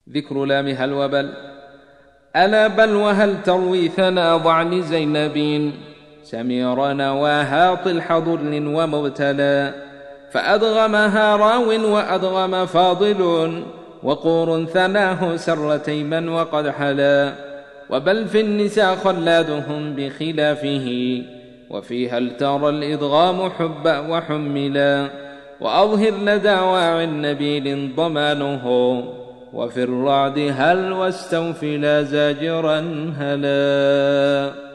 ذكر لام هل وبل. ألا بل وهل تروي ثنا ضعن زينب سمير نواها طلح ضر ومبتلى فأدغمها راو وأدغم فاضل وقور ثناه سر تيما وقد حلا. وبل في النساء خلادهم بخلافه وفي هل ترى الإدغام حبا وحملا. وأظهر لدى واع نبيل ضمانه وفي الرعد هل واستوفلا زاجرا هلا.